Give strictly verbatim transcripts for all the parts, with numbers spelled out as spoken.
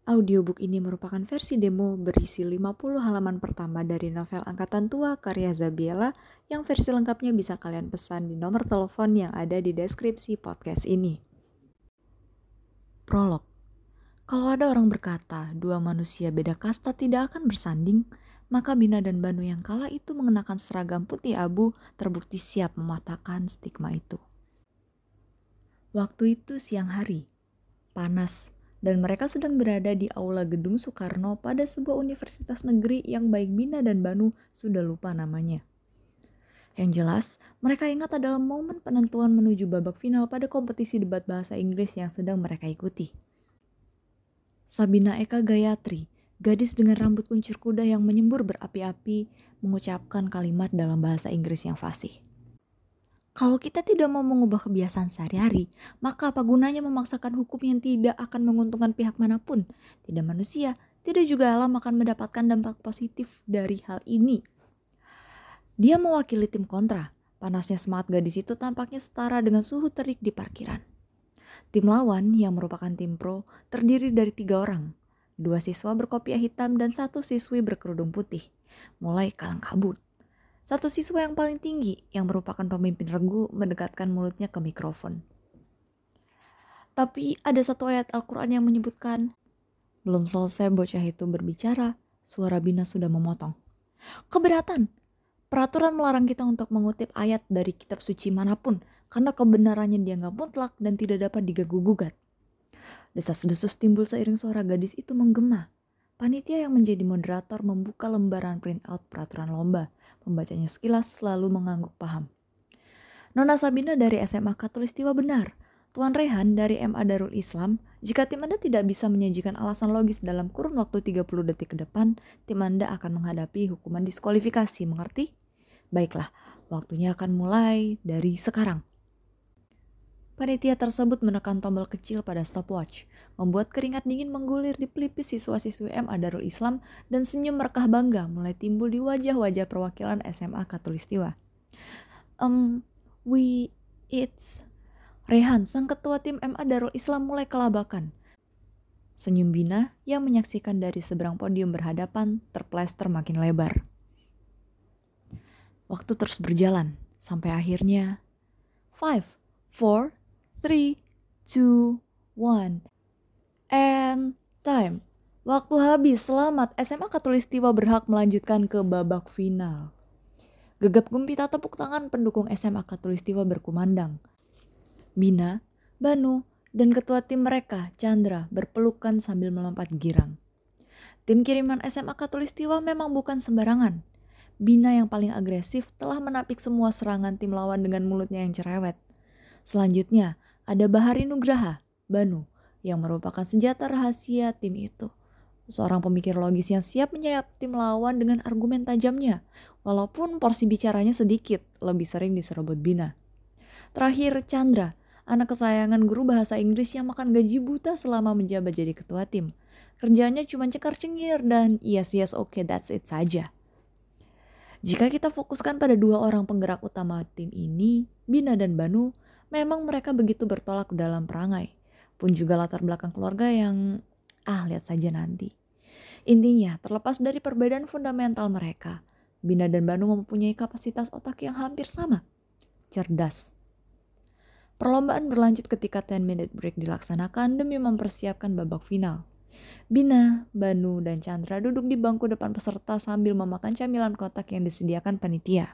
Audiobook ini merupakan versi demo berisi lima puluh halaman pertama dari novel Angkatan Tua karya Zabiela yang versi lengkapnya bisa kalian pesan di nomor telepon yang ada di deskripsi podcast ini. Prolog. Kalau ada orang berkata dua manusia beda kasta tidak akan bersanding, maka Bina dan Banu yang kala itu mengenakan seragam putih abu terbukti siap mematahkan stigma itu. Waktu itu siang hari, panas, dan mereka sedang berada di aula gedung Soekarno pada sebuah universitas negeri yang baik Bina dan Banu sudah lupa namanya. Yang jelas, mereka ingat adalah momen penentuan menuju babak final pada kompetisi debat bahasa Inggris yang sedang mereka ikuti. Sabina Eka Gayatri, gadis dengan rambut kuncir kuda yang menyembur berapi-api, mengucapkan kalimat dalam bahasa Inggris yang fasih. Kalau kita tidak mau mengubah kebiasaan sehari-hari, maka apa gunanya memaksakan hukum yang tidak akan menguntungkan pihak manapun? Tidak manusia, tidak juga alam akan mendapatkan dampak positif dari hal ini. Dia mewakili tim kontra. Panasnya semangat gadis itu tampaknya setara dengan suhu terik di parkiran. Tim lawan yang merupakan tim pro terdiri dari tiga orang. Dua siswa berkopiah hitam dan satu siswi berkerudung putih. Mulai kalang kabut. Satu siswa yang paling tinggi, yang merupakan pemimpin regu, mendekatkan mulutnya ke mikrofon. Tapi ada satu ayat Al-Quran yang menyebutkan, belum selesai bocah itu berbicara, suara Bina sudah memotong. Keberatan! Peraturan melarang kita untuk mengutip ayat dari kitab suci manapun, karena kebenarannya dianggap mutlak dan tidak dapat diganggu-gugat. Desas-desus timbul seiring suara gadis itu menggema. Panitia yang menjadi moderator membuka lembaran printout peraturan lomba. Pembacanya sekilas selalu mengangguk paham. Nona Sabina dari S M A Katulistiwa benar. Tuan Rehan dari M A Darul Islam, jika tim Anda tidak bisa menyajikan alasan logis dalam kurun waktu tiga puluh detik ke depan, tim Anda akan menghadapi hukuman diskualifikasi, mengerti? Baiklah, waktunya akan mulai dari sekarang. Panitia tersebut menekan tombol kecil pada stopwatch, membuat keringat dingin menggulir di pelipis siswa-siswi M A Darul Islam dan senyum merekah bangga mulai timbul di wajah-wajah perwakilan S M A Katulistiwa. Um, we, it's... Rehan, sang ketua tim M A Darul Islam mulai kelabakan. Senyum Bina yang menyaksikan dari seberang podium berhadapan terplester makin lebar. Waktu terus berjalan, sampai akhirnya... Five, four, three, two, one, and time. Waktu habis, selamat. S M A Katulistiwa berhak melanjutkan ke babak final. Gegap gempita tepuk tangan pendukung S M A Katulistiwa berkumandang. Bina, Banu, dan ketua tim mereka, Chandra, berpelukan sambil melompat girang. Tim kiriman S M A Katulistiwa memang bukan sembarangan. Bina yang paling agresif telah menapik semua serangan tim lawan dengan mulutnya yang cerewet. Selanjutnya, ada Bahari Nugraha, Banu, yang merupakan senjata rahasia tim itu. Seorang pemikir logis yang siap menyayap tim lawan dengan argumen tajamnya, walaupun porsi bicaranya sedikit, lebih sering diserobot Bina. Terakhir, Chandra, anak kesayangan guru bahasa Inggris yang makan gaji buta selama menjabat jadi ketua tim. Kerjanya cuma cekar-cengir dan yes, yes, okay, that's it saja. Jika kita fokuskan pada dua orang penggerak utama tim ini, Bina dan Banu, memang mereka begitu bertolak dalam perangai. Pun juga latar belakang keluarga yang, ah lihat saja nanti. Intinya, terlepas dari perbedaan fundamental mereka, Bina dan Banu mempunyai kapasitas otak yang hampir sama. Cerdas. Perlombaan berlanjut ketika ten minute break dilaksanakan demi mempersiapkan babak final. Bina, Banu, dan Chandra duduk di bangku depan peserta sambil memakan camilan kotak yang disediakan panitia.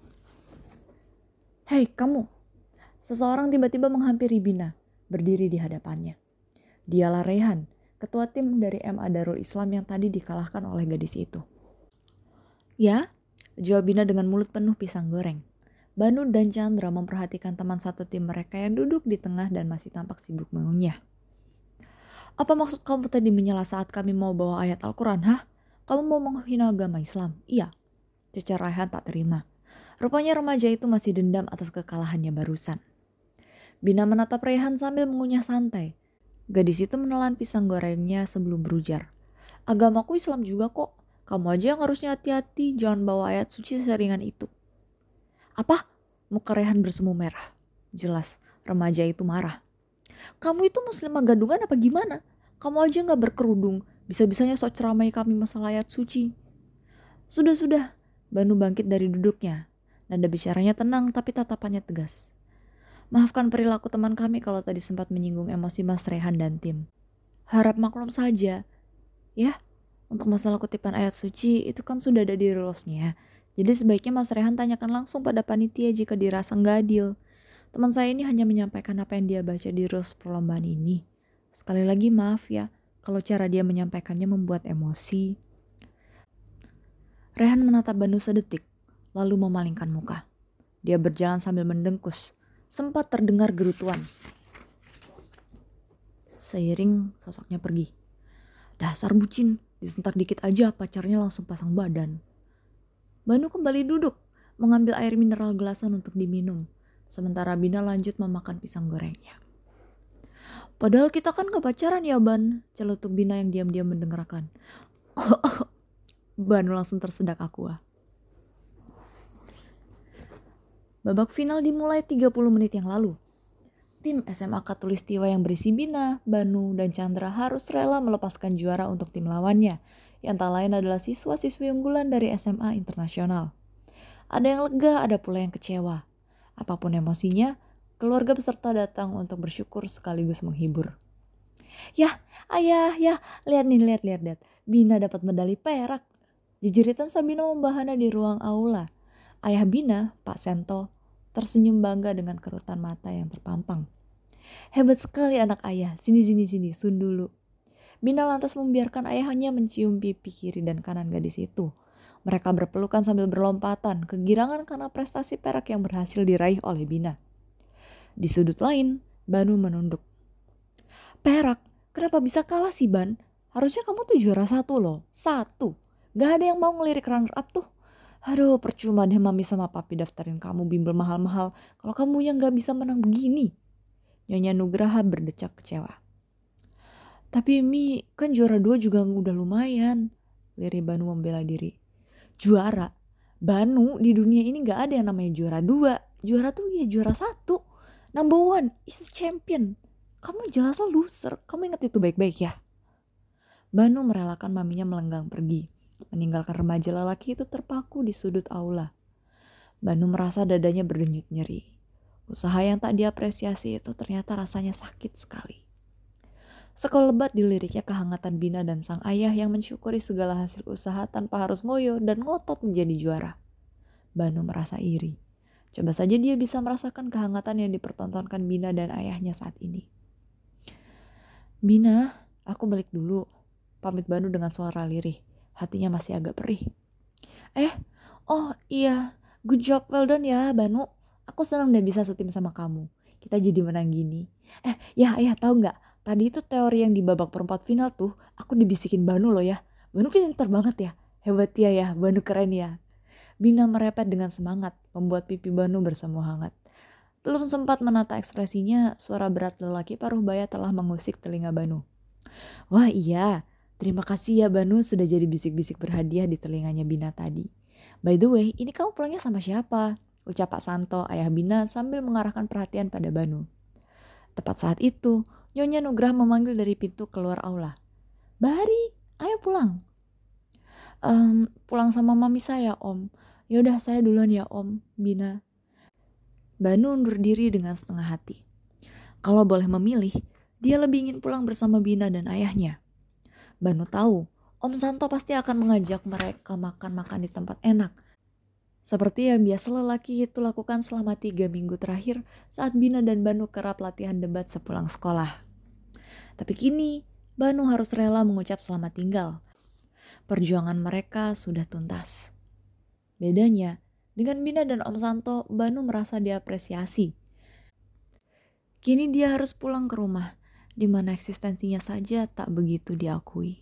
Hei kamu, seseorang tiba-tiba menghampiri Bina, berdiri di hadapannya. Dialah Rehan, ketua tim dari M A Darul Islam yang tadi dikalahkan oleh gadis itu. Ya, jawab Bina dengan mulut penuh pisang goreng. Banu dan Chandra memperhatikan teman satu tim mereka yang duduk di tengah dan masih tampak sibuk mengunyah. Apa maksud kamu tadi menyela saat kami mau bawa ayat Al-Quran, hah? Kamu mau menghina agama Islam? Iya, cecar Rehan tak terima. Rupanya remaja itu masih dendam atas kekalahannya barusan. Bina menatap Rehan sambil mengunyah santai. Gadis itu menelan pisang gorengnya sebelum berujar. Agamaku Islam juga kok. Kamu aja yang harusnya hati-hati, jangan bawa ayat suci seringan itu. Apa? Muka Rehan bersemu merah. Jelas, remaja itu marah. Kamu itu muslimah gadungan apa gimana? Kamu aja gak berkerudung, bisa-bisanya sok ceramai kami masalah ayat suci. Sudah-sudah, Banu bangkit dari duduknya. Nada bicaranya tenang tapi tatapannya tegas. Maafkan perilaku teman kami kalau tadi sempat menyinggung emosi Mas Rehan dan tim. Harap maklum saja. Ya, untuk masalah kutipan ayat suci itu kan sudah ada di rulesnya. Jadi sebaiknya Mas Rehan tanyakan langsung pada panitia jika dirasa nggak adil. Teman saya ini hanya menyampaikan apa yang dia baca di rules perlombaan ini. Sekali lagi maaf ya, kalau cara dia menyampaikannya membuat emosi. Rehan menatap Banu sedetik, lalu memalingkan muka. Dia berjalan sambil mendengkus. Sempat terdengar gerutuan. Seiring sosoknya pergi. Dasar bucin, disentak dikit aja pacarnya langsung pasang badan. Banu kembali duduk, mengambil air mineral gelasan untuk diminum. Sementara Bina lanjut memakan pisang gorengnya. Padahal kita kan gak pacaran ya Ban, celutuk Bina yang diam-diam mendengarkan. Banu langsung tersedak aqua. Babak final dimulai tiga puluh menit yang lalu. Tim S M A Katulistiwa yang berisi Bina, Banu, dan Chandra harus rela melepaskan juara untuk tim lawannya, yang tak lain adalah siswa-siswi unggulan dari S M A Internasional. Ada yang lega, ada pula yang kecewa. Apapun emosinya, keluarga peserta datang untuk bersyukur sekaligus menghibur. Yah, ayah, ya, lihat nih, lihat, lihat, lihat. Bina dapat medali perak. Jejeritan Sabina membahana di ruang aula. Ayah Bina, Pak Sento, tersenyum bangga dengan kerutan mata yang terpampang. Hebat sekali anak ayah, sini sini sini, sun dulu. Bina lantas membiarkan ayahnya mencium pipi kiri dan kanan gadis itu. Mereka berpelukan sambil berlompatan, kegirangan karena prestasi perak yang berhasil diraih oleh Bina. Di sudut lain, Banu menunduk. Perak, kenapa bisa kalah sih Ban? Harusnya kamu tuh juara satu loh, satu. Gak ada yang mau ngelirik runner up tuh. Aduh, percuma deh mami sama papi daftarin kamu bimbel mahal-mahal kalau kamu yang gak bisa menang begini. Nyonya Nugraha berdecak kecewa. Tapi Mi, kan juara dua juga udah lumayan. Lirih Banu membela diri. Juara? Banu, di dunia ini gak ada yang namanya juara dua. Juara tuh ya juara satu. Number one is the champion. Kamu jelasnya loser. Kamu ingat itu baik-baik ya. Banu merelakan maminya melenggang pergi. Meninggalkan remaja lelaki itu terpaku di sudut aula. Banu merasa dadanya berdenyut nyeri. Usaha yang tak diapresiasi itu ternyata rasanya sakit sekali. Sekelebat diliriknya kehangatan Bina dan sang ayah yang mensyukuri segala hasil usaha tanpa harus ngoyo dan ngotot menjadi juara. Banu merasa iri. Coba saja dia bisa merasakan kehangatan yang dipertontonkan Bina dan ayahnya saat ini. Bina, aku balik dulu. Pamit Banu dengan suara lirih. Hatinya masih agak perih. Eh, oh iya, good job, well done ya Banu. Aku senang deh bisa setim sama kamu. Kita jadi menang gini. Eh, ya ayah tahu nggak? Tadi itu teori yang di babak perempat final tuh, aku dibisikin Banu loh ya. Banu pintar banget ya. Hebat ya ya, Banu keren ya. Bina merepet dengan semangat, membuat pipi Banu bersemu hangat. Belum sempat menata ekspresinya, suara berat lelaki paruh baya telah mengusik telinga Banu. Wah iya, terima kasih ya Banu sudah jadi bisik-bisik berhadiah di telinganya Bina tadi. By the way, ini kamu pulangnya sama siapa? Ucap Pak Santo, ayah Bina sambil mengarahkan perhatian pada Banu. Tepat saat itu, Nyonya Nugraha memanggil dari pintu keluar aula. Bari, ayo pulang. Ehm, pulang sama mami saya om. Yaudah saya duluan ya om, Bina. Banu undur diri dengan setengah hati. Kalau boleh memilih, dia lebih ingin pulang bersama Bina dan ayahnya. Banu tahu, Om Santo pasti akan mengajak mereka makan-makan di tempat enak. Seperti yang biasa lelaki itu lakukan selama tiga minggu terakhir saat Bina dan Banu kerap latihan debat sepulang sekolah. Tapi kini, Banu harus rela mengucap selamat tinggal. Perjuangan mereka sudah tuntas. Bedanya, dengan Bina dan Om Santo, Banu merasa diapresiasi. Kini dia harus pulang ke rumah, di mana eksistensinya saja tak begitu diakui.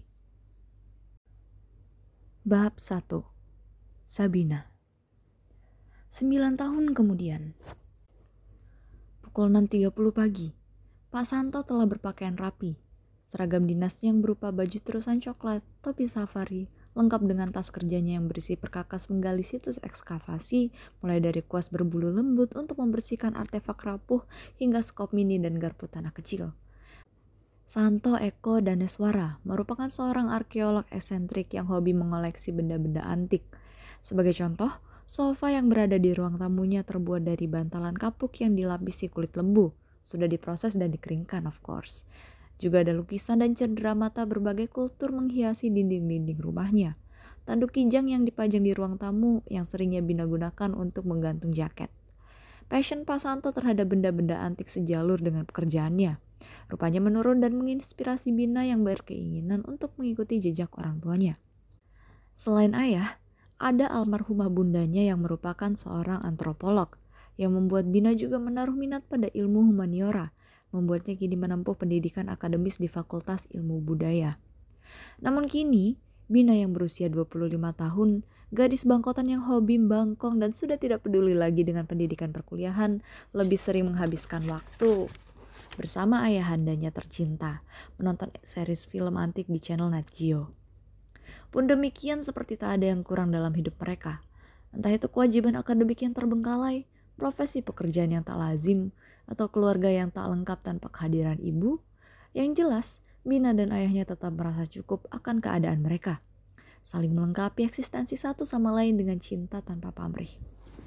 Bab satu. Sabina. Sembilan tahun kemudian. Pukul enam tiga puluh pagi, Pak Santo telah berpakaian rapi. Seragam dinasnya yang berupa baju terusan coklat, topi safari, lengkap dengan tas kerjanya yang berisi perkakas menggali situs ekskavasi, mulai dari kuas berbulu lembut untuk membersihkan artefak rapuh hingga skop mini dan garpu tanah kecil. Santo Eko Daneswara merupakan seorang arkeolog eksentrik yang hobi mengoleksi benda-benda antik. Sebagai contoh, sofa yang berada di ruang tamunya terbuat dari bantalan kapuk yang dilapisi kulit lembu. Sudah diproses dan dikeringkan, of course. Juga ada lukisan dan cendera mata berbagai kultur menghiasi dinding-dinding rumahnya. Tanduk kijang yang dipajang di ruang tamu yang seringnya Bina gunakan untuk menggantung jaket. Passion Pak Santo terhadap benda-benda antik sejalur dengan pekerjaannya. Rupanya menurun dan menginspirasi Bina yang berkeinginan untuk mengikuti jejak orang tuanya. Selain ayah, ada almarhumah bundanya yang merupakan seorang antropolog, yang membuat Bina juga menaruh minat pada ilmu humaniora, membuatnya kini menempuh pendidikan akademis di Fakultas Ilmu Budaya. Namun kini, Bina yang berusia dua puluh lima tahun, gadis bangkotan yang hobi bangkong dan sudah tidak peduli lagi dengan pendidikan perkuliahan, lebih sering menghabiskan waktu bersama ayahandanya tercinta, menonton series film antik di channel Nat Geo. Pun demikian seperti tak ada yang kurang dalam hidup mereka. Entah itu kewajiban akademik yang terbengkalai, profesi pekerjaan yang tak lazim, atau keluarga yang tak lengkap tanpa kehadiran ibu, yang jelas Bina dan ayahnya tetap merasa cukup akan keadaan mereka, saling melengkapi eksistensi satu sama lain dengan cinta tanpa pamrih.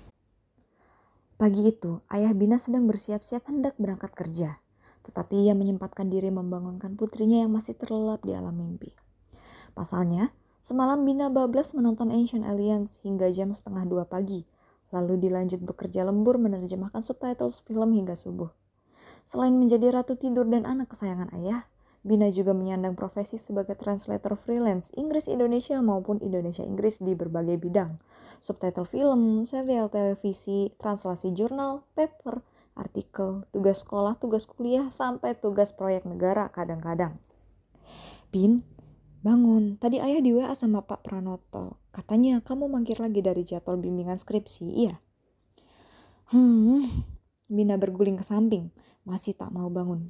Pagi itu, ayah Bina sedang bersiap-siap hendak berangkat kerja, tetapi ia menyempatkan diri membangunkan putrinya yang masih terlelap di alam mimpi. Pasalnya, semalam Bina bablas menonton Ancient Aliens hingga jam setengah dua pagi, lalu dilanjut bekerja lembur menerjemahkan subtitles film hingga subuh. Selain menjadi ratu tidur dan anak kesayangan ayah, Bina juga menyandang profesi sebagai translator freelance Inggris-Indonesia maupun Indonesia-Inggris di berbagai bidang. Subtitle film, serial televisi, translasi jurnal, paper, artikel, tugas sekolah, tugas kuliah, sampai tugas proyek negara kadang-kadang. Bin, bangun, tadi ayah di W A sama Pak Pranoto. Katanya kamu mangkir lagi dari jadwal bimbingan skripsi, iya? Hmm, Bina berguling ke samping, masih tak mau bangun.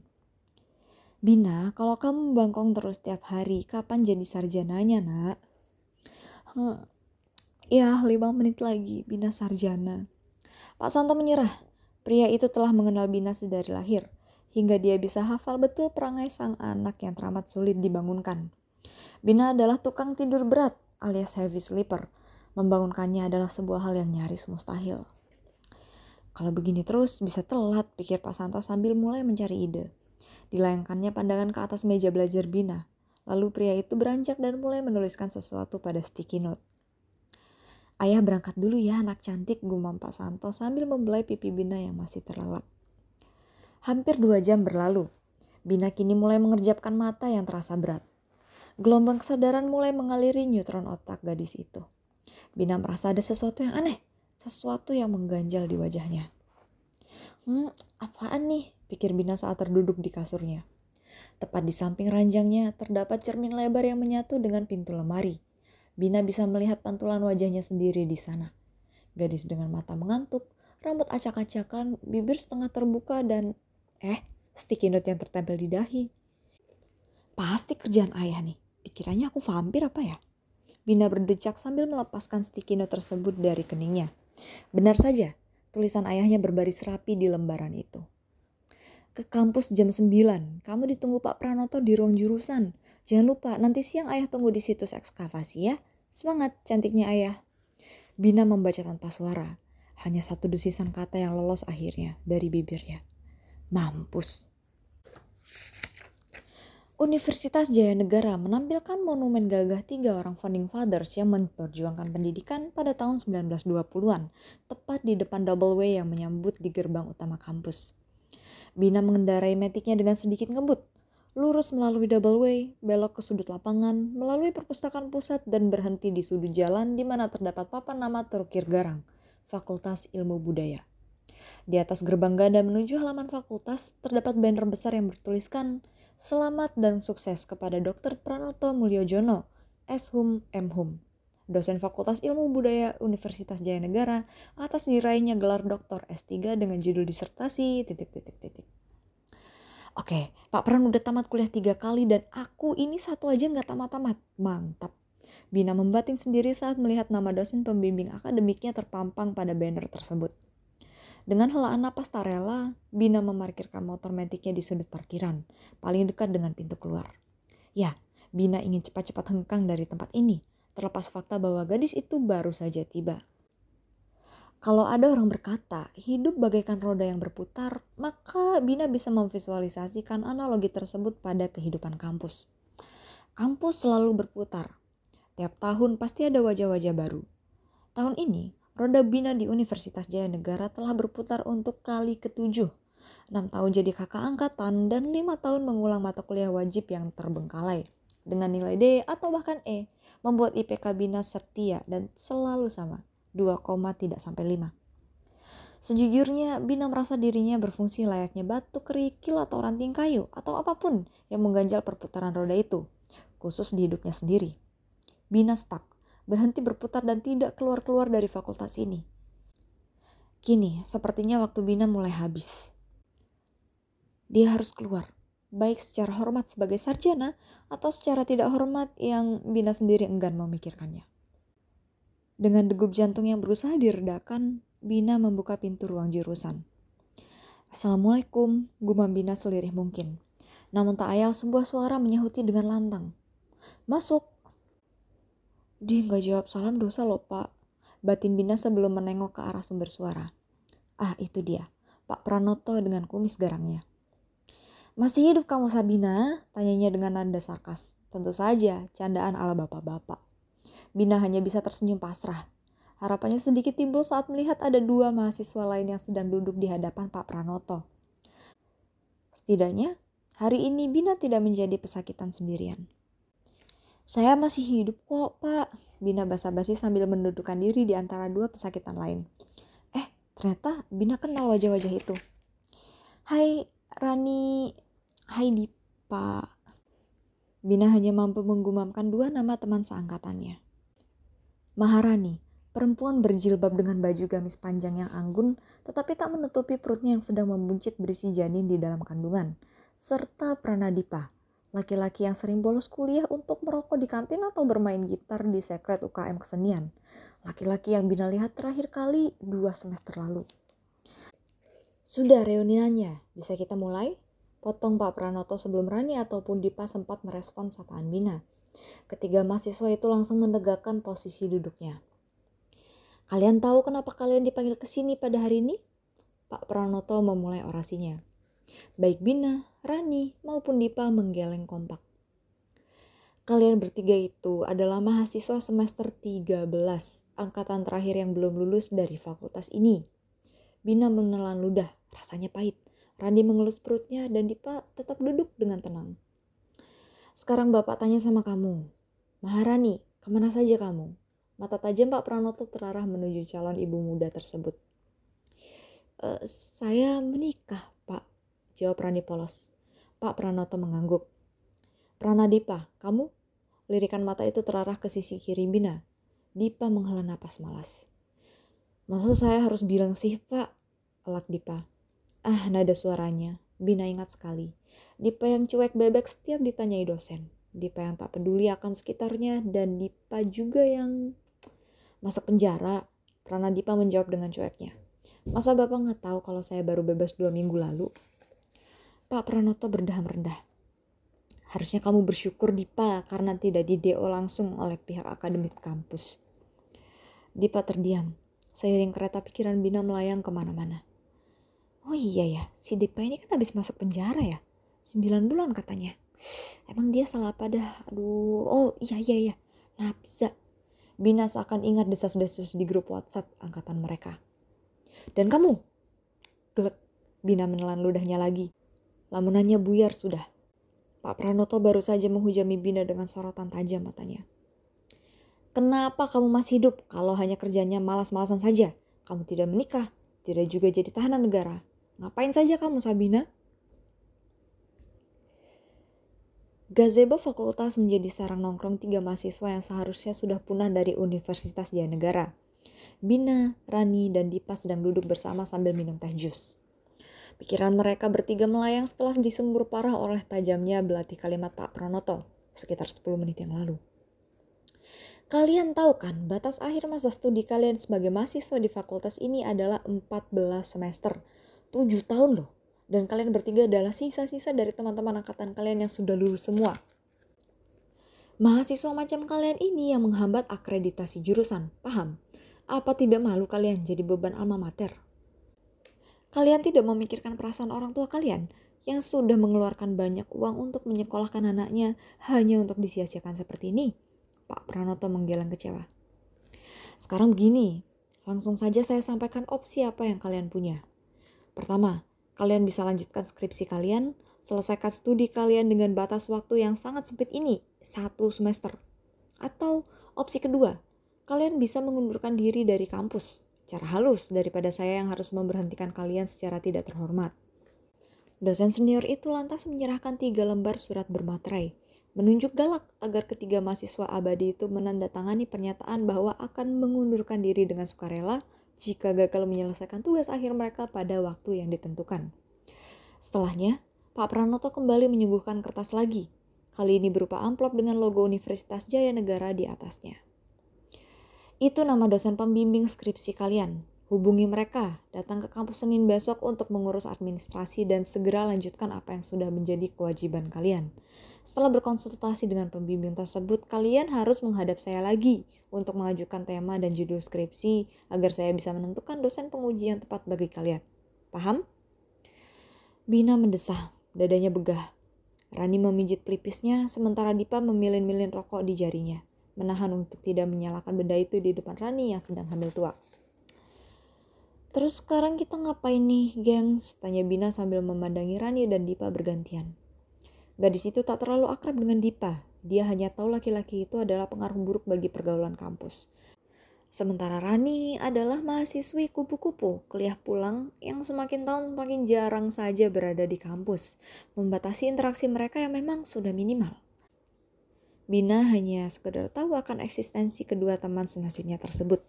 Bina, kalau kamu bangkong terus tiap hari, kapan jadi sarjananya, nak? Hmm, ya, lima menit lagi, Bina sarjana. Pak Santo menyerah. Pria itu telah mengenal Bina sedari lahir, hingga dia bisa hafal betul perangai sang anak yang teramat sulit dibangunkan. Bina adalah tukang tidur berat, alias heavy sleeper. Membangunkannya adalah sebuah hal yang nyaris mustahil. Kalau begini terus, bisa telat, pikir Pak Santo sambil mulai mencari ide. Dilayangkannya pandangan ke atas meja belajar Bina. Lalu pria itu beranjak dan mulai menuliskan sesuatu pada sticky note. Ayah berangkat dulu ya anak cantik, gumam Pak Santo sambil membelai pipi Bina yang masih terlelap. Hampir dua jam berlalu. Bina kini mulai mengerjapkan mata yang terasa berat. Gelombang kesadaran mulai mengaliri neutron otak gadis itu. Bina merasa ada sesuatu yang aneh, sesuatu yang mengganjal di wajahnya. Hmm, apaan nih? Pikir Bina saat terduduk di kasurnya. Tepat di samping ranjangnya terdapat cermin lebar yang menyatu dengan pintu lemari. Bina bisa melihat pantulan wajahnya sendiri di sana. Gadis dengan mata mengantuk, rambut acak-acakan, bibir setengah terbuka dan... Eh, sticky note yang tertempel di dahi. Pasti kerjaan ayah nih. Dikiranya aku vampir apa ya? Bina berdecak sambil melepaskan sticky note tersebut dari keningnya. Benar saja, tulisan ayahnya berbaris rapi di lembaran itu. Ke kampus jam sembilan, kamu ditunggu Pak Pranoto di ruang jurusan. Jangan lupa, nanti siang ayah tunggu di situs ekskavasi ya. Semangat, cantiknya ayah. Bina membaca tanpa suara. Hanya satu desisan kata yang lolos akhirnya dari bibirnya. Mampus. Universitas Jaya Negara menampilkan monumen gagah tiga orang founding fathers yang memperjuangkan pendidikan pada tahun sembilan belas dua puluhan, tepat di depan double way yang menyambut di gerbang utama kampus. Bina mengendarai metiknya dengan sedikit ngebut, lurus melalui double way, belok ke sudut lapangan, melalui perpustakaan pusat dan berhenti di sudut jalan di mana terdapat papan nama terukir garang, Fakultas Ilmu Budaya. Di atas gerbang ganda menuju halaman fakultas terdapat banner besar yang bertuliskan Selamat dan sukses kepada dokter Pranoto Mulyojono, S Hum M Hum, dosen Fakultas Ilmu Budaya Universitas Jaya Negara atas diraihnya gelar doktor S tiga dengan judul disertasi titik-titik-titik. Oke, Pak Pran udah tamat kuliah tiga kali dan aku ini satu aja gak tamat-tamat. Mantap. Bina membatin sendiri saat melihat nama dosen pembimbing akademiknya terpampang pada banner tersebut. Dengan helaan napas tak rela, Bina memarkirkan motor metiknya di sudut parkiran, paling dekat dengan pintu keluar. Ya, Bina ingin cepat-cepat hengkang dari tempat ini, terlepas fakta bahwa gadis itu baru saja tiba. Kalau ada orang berkata, hidup bagaikan roda yang berputar, maka Bina bisa memvisualisasikan analogi tersebut pada kehidupan kampus. Kampus selalu berputar. Tiap tahun pasti ada wajah-wajah baru. Tahun ini, roda Bina di Universitas Jaya Negara telah berputar untuk kali ketujuh. Enam tahun jadi kakak angkatan dan lima tahun mengulang mata kuliah wajib yang terbengkalai. Dengan nilai D atau bahkan E, membuat I P K Bina setia dan selalu sama, dua, tidak sampai lima. Sejujurnya, Bina merasa dirinya berfungsi layaknya batu kerikil atau ranting kayu atau apapun yang mengganjal perputaran roda itu, khusus di hidupnya sendiri. Bina stuck, berhenti berputar dan tidak keluar-keluar dari fakultas ini. Kini, sepertinya waktu Bina mulai habis. Dia harus keluar, baik secara hormat sebagai sarjana atau secara tidak hormat yang Bina sendiri enggan memikirkannya. Dengan degup jantung yang berusaha diredakan, Bina membuka pintu ruang jurusan. Assalamualaikum, gumam Bina selirih mungkin. Namun tak ayal sebuah suara menyahuti dengan lantang. Masuk. Dia gak jawab salam dosa loh pak. Batin Bina sebelum menengok ke arah sumber suara. Ah itu dia, Pak Pranoto dengan kumis garangnya. Masih hidup kamu Sabina? Tanyanya dengan nada sarkas. Tentu saja, candaan ala bapak-bapak. Bina hanya bisa tersenyum pasrah. Harapannya sedikit timbul saat melihat ada dua mahasiswa lain yang sedang duduk di hadapan Pak Pranoto. Setidaknya, hari ini Bina tidak menjadi pesakitan sendirian. Saya masih hidup kok, Pak. Bina basa-basi sambil mendudukkan diri di antara dua pesakitan lain. Eh, ternyata Bina kenal wajah-wajah itu. Hai, Rani. Hai, Dipa. Bina hanya mampu menggumamkan dua nama teman seangkatannya. Maharani, perempuan berjilbab dengan baju gamis panjang yang anggun, tetapi tak menutupi perutnya yang sedang membuncit berisi janin di dalam kandungan. Serta Pranadipa, laki-laki yang sering bolos kuliah untuk merokok di kantin atau bermain gitar di sekret U K M kesenian. Laki-laki yang Bina lihat terakhir kali dua semester lalu. Sudah reuniannya, bisa kita mulai? Potong Pak Pranoto sebelum Rani ataupun Dipa sempat merespon sapaan Bina. Ketiga mahasiswa itu langsung menegakkan posisi duduknya. Kalian tahu kenapa kalian dipanggil ke sini pada hari ini? Pak Pranoto memulai orasinya. Baik Bina, Rani, maupun Dipa menggeleng kompak. Kalian bertiga itu adalah mahasiswa semester tiga belas, angkatan terakhir yang belum lulus dari fakultas ini. Bina menelan ludah, rasanya pahit. Rani mengelus perutnya dan Dipa tetap duduk dengan tenang. Sekarang Bapak tanya sama kamu. Maharani, kemana saja kamu? Mata tajam Pak Pranoto terarah menuju calon ibu muda tersebut. E, saya menikah, Pak, jawab Rani polos. Pak Pranoto mengangguk. Pranadipa, kamu? Lirikan mata itu terarah ke sisi kiri Bina. Dipa menghela napas malas. Masa saya harus bilang sih, Pak? Elak Dipa. Ah, nada suaranya. Bina ingat sekali. Dipa yang cuek bebek setiap ditanyai dosen. Dipa yang tak peduli akan sekitarnya. Dan Dipa juga yang masuk penjara. Pranadipa menjawab dengan cueknya. Masa Bapak gak tahu kalau saya baru bebas dua minggu lalu? Pak Pranoto berdaham rendah. Harusnya kamu bersyukur Dipa karena tidak di D O langsung oleh pihak akademik kampus. Dipa terdiam. Seiring kereta pikiran Bina melayang kemana-mana. Oh iya ya, si Dipa ini kan habis masuk penjara ya. sembilan bulan katanya. Emang dia salah apa dah? Aduh, oh iya iya iya. Nafza. Bina seakan ingat desas-desus di grup WhatsApp angkatan mereka. Dan kamu? Gelek. Bina menelan ludahnya lagi. Lamunannya buyar sudah. Pak Pranoto baru saja menghujami Bina dengan sorotan tajam matanya. Kenapa kamu masih hidup kalau hanya kerjanya malas-malasan saja? Kamu tidak menikah, tidak juga jadi tahanan negara. Ngapain saja kamu Sabina? Gazebo fakultas menjadi sarang nongkrong tiga mahasiswa yang seharusnya sudah punah dari Universitas Jaya Negara. Bina, Rani, dan Dipa sedang duduk bersama sambil minum teh jus. Pikiran mereka bertiga melayang setelah disembur parah oleh tajamnya belati kalimat Pak Pranoto sekitar sepuluh menit yang lalu. Kalian tahu kan, batas akhir masa studi kalian sebagai mahasiswa di fakultas ini adalah empat belas semester. tujuh tahun loh. Dan kalian bertiga adalah sisa-sisa dari teman-teman angkatan kalian yang sudah lulus semua. Mahasiswa macam kalian ini yang menghambat akreditasi jurusan, paham? Apa tidak malu kalian jadi beban alma mater? Kalian tidak memikirkan perasaan orang tua kalian yang sudah mengeluarkan banyak uang untuk menyekolahkan anaknya hanya untuk disia-siakan seperti ini? Pak Pranoto menggeleng kecewa. Sekarang begini, langsung saja saya sampaikan opsi apa yang kalian punya. Pertama, kalian bisa lanjutkan skripsi kalian, selesaikan studi kalian dengan batas waktu yang sangat sempit ini, satu semester. Atau opsi kedua, kalian bisa mengundurkan diri dari kampus, cara halus daripada saya yang harus memberhentikan kalian secara tidak terhormat. Dosen senior itu lantas menyerahkan tiga lembar surat bermaterai, menunjuk galak agar ketiga mahasiswa abadi itu menandatangani pernyataan bahwa akan mengundurkan diri dengan sukarela jika gagal menyelesaikan tugas akhir mereka pada waktu yang ditentukan. Setelahnya, Pak Pranoto kembali menyuguhkan kertas lagi, kali ini berupa amplop dengan logo Universitas Jaya Negara di atasnya. Itu nama dosen pembimbing skripsi kalian. Hubungi mereka, datang ke kampus Senin besok untuk mengurus administrasi dan segera lanjutkan apa yang sudah menjadi kewajiban kalian. Setelah berkonsultasi dengan pembimbing tersebut, kalian harus menghadap saya lagi untuk mengajukan tema dan judul skripsi agar saya bisa menentukan dosen penguji yang tepat bagi kalian. Paham? Bina mendesah, dadanya begah. Rani memijit pelipisnya sementara Dipa memilin-milin rokok di jarinya, menahan untuk tidak menyalakan benda itu di depan Rani yang sedang hamil tua. Terus sekarang kita ngapain nih, gengs? Tanya Bina sambil memandangi Rani dan Dipa bergantian. Gadis itu tak terlalu akrab dengan Dipa. Dia hanya tahu laki-laki itu adalah pengaruh buruk bagi pergaulan kampus. Sementara Rani adalah mahasiswi kupu-kupu, kuliah pulang yang semakin tahun semakin jarang saja berada di kampus, membatasi interaksi mereka yang memang sudah minimal. Bina hanya sekedar tahu akan eksistensi kedua teman senasibnya tersebut.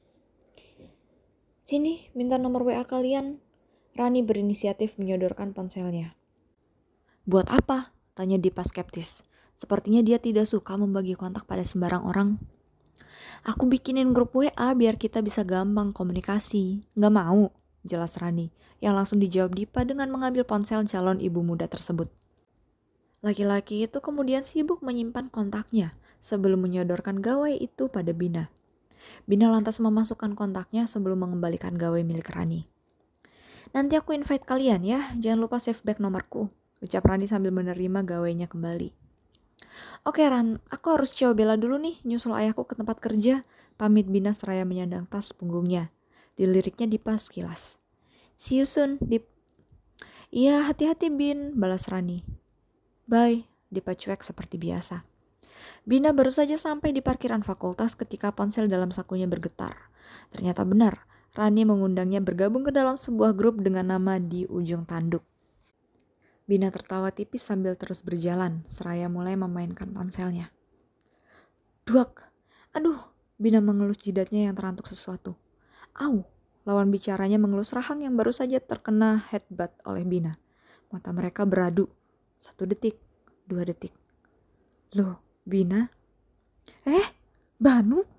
Sini, minta nomor W A kalian. Rani berinisiatif menyodorkan ponselnya. Buat apa? Tanya Dipa skeptis. Sepertinya dia tidak suka membagi kontak pada sembarang orang. Aku bikinin grup W A biar kita bisa gampang komunikasi. Nggak mau, jelas Rani, yang langsung dijawab Dipa dengan mengambil ponsel calon ibu muda tersebut. Laki-laki itu kemudian sibuk menyimpan kontaknya sebelum menyodorkan gawai itu pada Bina. Bina lantas memasukkan kontaknya sebelum mengembalikan gawai milik Rani. Nanti aku invite kalian ya, jangan lupa save back nomorku, ucap Rani sambil menerima gawainya kembali. Oke Ran, aku harus coba bela dulu nih nyusul ayahku ke tempat kerja, pamit Bina seraya menyandang tas punggungnya. Diliriknya Dipa sekilas. See you soon, Dip. Iya, hati-hati Bin, balas Rani. Bye, Dipa cuek seperti biasa. Bina baru saja sampai di parkiran fakultas ketika ponsel dalam sakunya bergetar. Ternyata benar, Rani mengundangnya bergabung ke dalam sebuah grup dengan nama di ujung tanduk. Bina tertawa tipis sambil terus berjalan, seraya mulai memainkan ponselnya. Duak, aduh, Bina mengelus jidatnya yang terantuk sesuatu. Au, lawan bicaranya mengelus rahang yang baru saja terkena headbutt oleh Bina. Mata mereka beradu, satu detik, dua detik. Loh, Bina? Eh, Banu?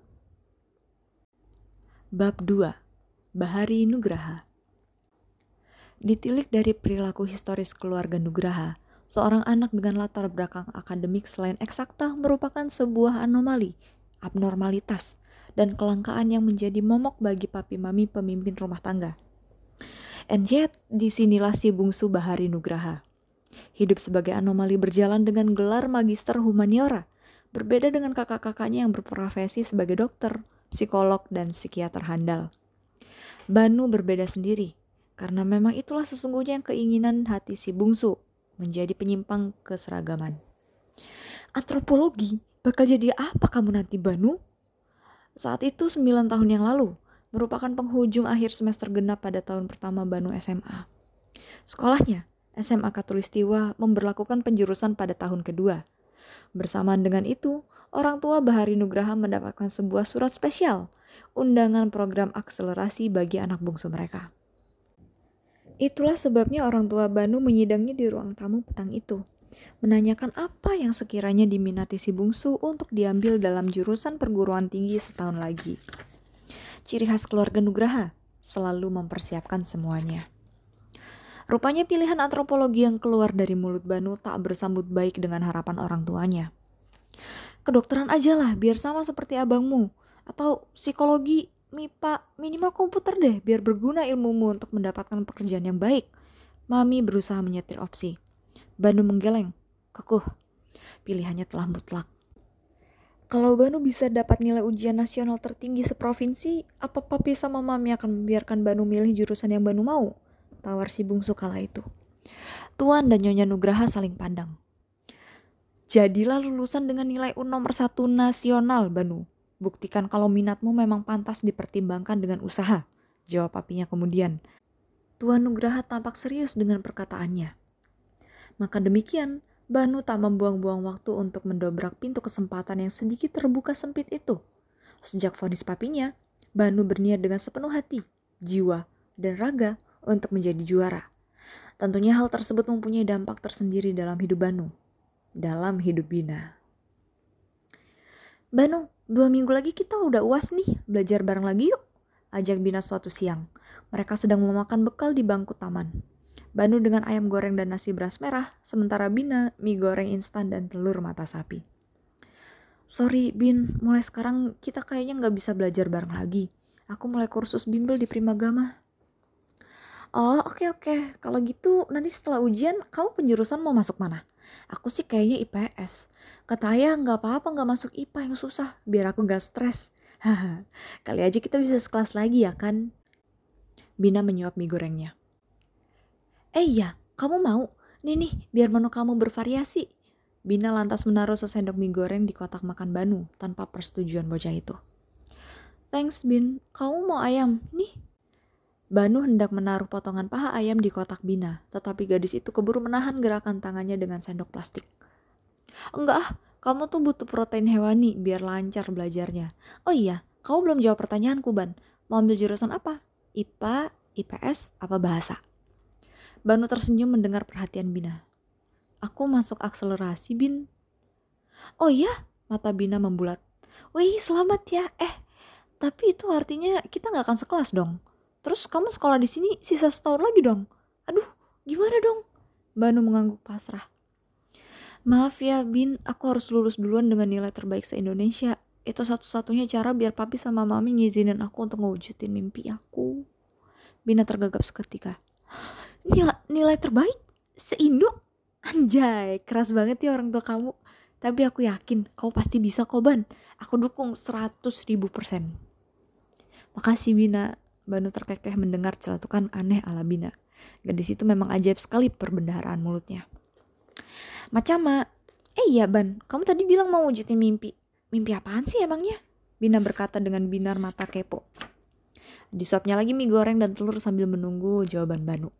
Bab dua, Bahari Nugraha. Ditilik dari perilaku historis keluarga Nugraha, seorang anak dengan latar belakang akademik selain eksakta merupakan sebuah anomali, abnormalitas, dan kelangkaan yang menjadi momok bagi papi mami pemimpin rumah tangga. And yet, disinilah si bungsu Bahari Nugraha. Hidup sebagai anomali berjalan dengan gelar magister humaniora, berbeda dengan kakak-kakaknya yang berprofesi sebagai dokter, psikolog, dan psikiater handal. Banu berbeda sendiri. Karena memang itulah sesungguhnya yang keinginan hati si bungsu, menjadi penyimpang keseragaman. Antropologi, bakal jadi apa kamu nanti Banu? Saat itu sembilan tahun yang lalu, merupakan penghujung akhir semester genap pada tahun pertama Banu S M A. Sekolahnya, S M A Katulistiwa memberlakukan penjurusan pada tahun kedua. Bersamaan dengan itu, orang tua Bahari Nugraha mendapatkan sebuah surat spesial, undangan program akselerasi bagi anak bungsu mereka. Itulah sebabnya orang tua Banu menyidangnya di ruang tamu petang itu. menanyakan apa yang sekiranya diminati si bungsu untuk diambil dalam jurusan perguruan tinggi setahun lagi. Ciri khas keluarga Nugraha, selalu mempersiapkan semuanya. Rupanya pilihan antropologi yang keluar dari mulut Banu tak bersambut baik dengan harapan orang tuanya. Kedokteran aja lah biar sama seperti abangmu. Atau psikologi, M I P A, minimal komputer deh biar berguna ilmumu untuk mendapatkan pekerjaan yang baik. Mami berusaha menyetir opsi. Banu menggeleng, kekuh. Pilihannya telah mutlak. Kalau Banu bisa dapat nilai ujian nasional tertinggi seprovinsi, apa papi sama mami akan membiarkan Banu milih jurusan yang Banu mau? Tawar si bungsu kala itu. Tuan dan Nyonya Nugraha saling pandang. Jadilah lulusan dengan nilai U nomor satu nasional, Banu. Buktikan kalau minatmu memang pantas dipertimbangkan dengan usaha, jawab papinya kemudian. Tuan Nugraha tampak serius dengan perkataannya. Maka demikian, Banu tak membuang-buang waktu untuk mendobrak pintu kesempatan yang sedikit terbuka sempit itu. Sejak vonis papinya, Banu berniat dengan sepenuh hati, jiwa, dan raga untuk menjadi juara. Tentunya hal tersebut mempunyai dampak tersendiri dalam hidup Banu, dalam hidup Bina. Banu, dua minggu lagi kita udah U A S nih, belajar bareng lagi yuk, ajak Bina suatu siang. Mereka sedang memakan bekal di bangku taman. Banu dengan ayam goreng dan nasi beras merah, sementara Bina mie goreng instan dan telur mata sapi. Sorry Bin, mulai sekarang kita kayaknya gak bisa belajar bareng lagi. Aku mulai kursus bimbel di Primagama. Oh oke okay, oke, okay. Kalau gitu nanti setelah ujian kamu penjurusan mau masuk mana? Aku sih kayaknya I P S. Kata ayah gak apa-apa gak masuk I P A yang susah, biar aku gak stres. Haha, kali aja kita bisa sekelas lagi ya kan? Bina menyuap mie gorengnya. Eh iya, kamu mau? Nih nih, biar menu kamu bervariasi. Bina lantas menaruh sesendok mie goreng di kotak makan Banu tanpa persetujuan bocah itu. Thanks Bin, kamu mau ayam? Nih. Banu hendak menaruh potongan paha ayam di kotak Bina, tetapi gadis itu keburu menahan gerakan tangannya dengan sendok plastik. Enggak ah, kamu tuh butuh protein hewani biar lancar belajarnya. Oh iya, kamu belum jawab pertanyaanku Ban. Mau ambil jurusan apa? I P A, I P S, apa bahasa? Banu tersenyum mendengar perhatian Bina. Aku masuk akselerasi Bin. Oh iya, mata Bina membulat. Wih selamat ya, eh tapi itu artinya kita gak akan sekelas dong. Terus kamu sekolah di sini sisa setahun lagi dong. Aduh, gimana dong? Banu mengangguk pasrah. Maaf ya Bin, aku harus lulus duluan dengan nilai terbaik se-Indonesia. Itu satu-satunya cara biar papi sama mami ngizinin aku untuk ngewujudin mimpi aku. Bina tergagap seketika. Nilai, nilai terbaik? Se-Indo? Anjay, keras banget ya orang tua kamu. Tapi aku yakin kau pasti bisa kok Ban. Aku dukung seratus ribu persen. Makasih Bina. Banu terkekeh mendengar celatukan aneh ala Bina. Gadis itu memang ajaib sekali perbendaharaan mulutnya. Macama, eh iya Ban, kamu tadi bilang mau wujudin mimpi. Mimpi apaan sih emangnya? Bina berkata dengan binar mata kepo. Disuapnya lagi mie goreng dan telur sambil menunggu jawaban Banu.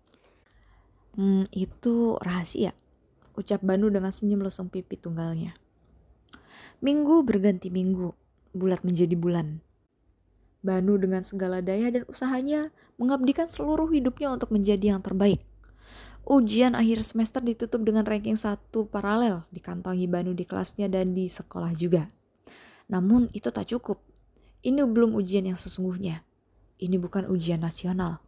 Hmm, itu rahasia, ucap Banu dengan senyum lesung pipi tunggalnya. Minggu berganti minggu, bulat menjadi bulan. Banu dengan segala daya dan usahanya mengabdikan seluruh hidupnya untuk menjadi yang terbaik. Ujian akhir semester ditutup dengan ranking satu paralel dikantongi Banu di kelasnya dan di sekolah juga. Namun itu tak cukup. Ini belum ujian yang sesungguhnya. Ini bukan ujian nasional.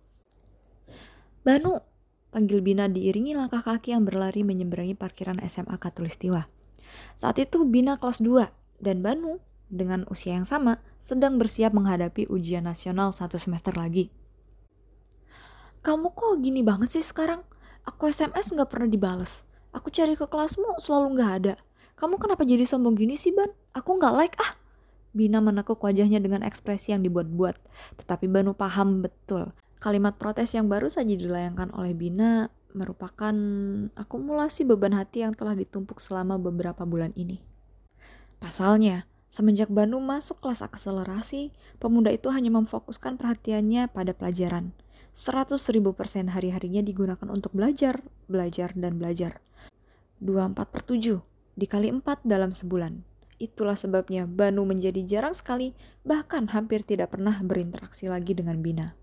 Banu, panggil Bina diiringi langkah kaki yang berlari menyeberangi parkiran S M A Katulistiwa. Saat itu Bina kelas dua dan Banu dengan usia yang sama sedang bersiap menghadapi ujian nasional satu semester lagi. Kamu kok gini banget sih sekarang? Aku S M S gak pernah dibales. Aku cari ke kelasmu selalu gak ada. Kamu kenapa jadi sombong gini sih Ban? Aku gak like ah. Bina menekuk wajahnya dengan ekspresi yang dibuat-buat. Tetapi Banu paham betul. Kalimat protes yang baru saja dilayangkan oleh Bina merupakan akumulasi beban hati yang telah ditumpuk selama beberapa bulan ini. Pasalnya, semenjak Banu masuk kelas akselerasi, pemuda itu hanya memfokuskan perhatiannya pada pelajaran. seratus ribu persen hari-harinya digunakan untuk belajar, belajar, dan belajar. dua puluh empat per tujuh dikali empat dalam sebulan. Itulah sebabnya Banu menjadi jarang sekali, bahkan hampir tidak pernah berinteraksi lagi dengan Bina.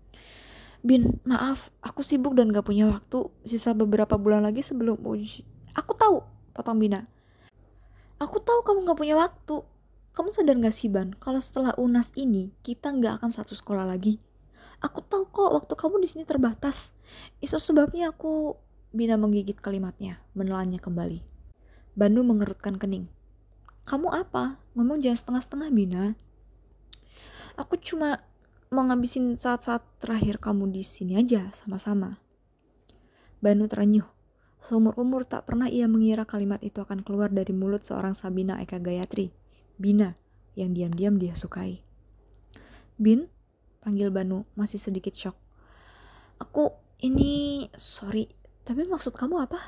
Bin, maaf, aku sibuk dan gak punya waktu. Sisa beberapa bulan lagi sebelum uji. Aku tahu, potong Bina. Aku tahu kamu gak punya waktu. Kamu sadar gak sih Ban, kalau setelah U N A S ini kita gak akan satu sekolah lagi. Aku tahu kok waktu kamu di sini terbatas. Itu sebabnya aku... Bina menggigit kalimatnya, menelannya kembali. Banu mengerutkan kening. Kamu apa? Ngomong jangan setengah-setengah Bina. Aku cuma mau ngabisin saat-saat terakhir kamu di sini aja sama-sama. Banu terenyuh. Seumur-umur tak pernah ia mengira kalimat itu akan keluar dari mulut seorang Sabina Eka Gayatri. Bina, yang diam-diam dia sukai. Bin, panggil Banu, masih sedikit shock. Aku, ini, sorry, tapi maksud kamu apa?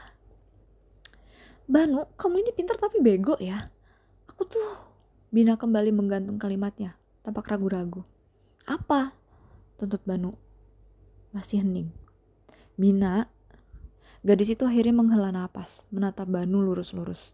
Banu, kamu ini pintar tapi bego ya. Aku tuh... Bina kembali menggantung kalimatnya, tampak ragu-ragu. Apa? Tuntut Banu. Masih hening. Bina... Gadis itu akhirnya menghela napas, menatap Banu lurus-lurus.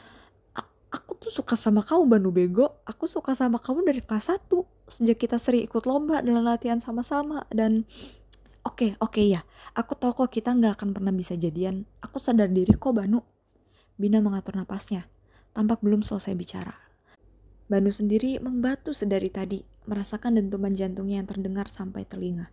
Aku tuh suka sama kamu Banu bego. Aku suka sama kamu dari kelas satu. Sejak kita sering ikut lomba dalam latihan sama-sama. Dan oke, okay, oke okay, ya. Aku tahu kok kita gak akan pernah bisa jadian. Aku sadar diri kok Banu. Bina mengatur napasnya. Tampak belum selesai bicara. Banu sendiri membatu sedari tadi. Merasakan dentuman jantungnya yang terdengar sampai telinga.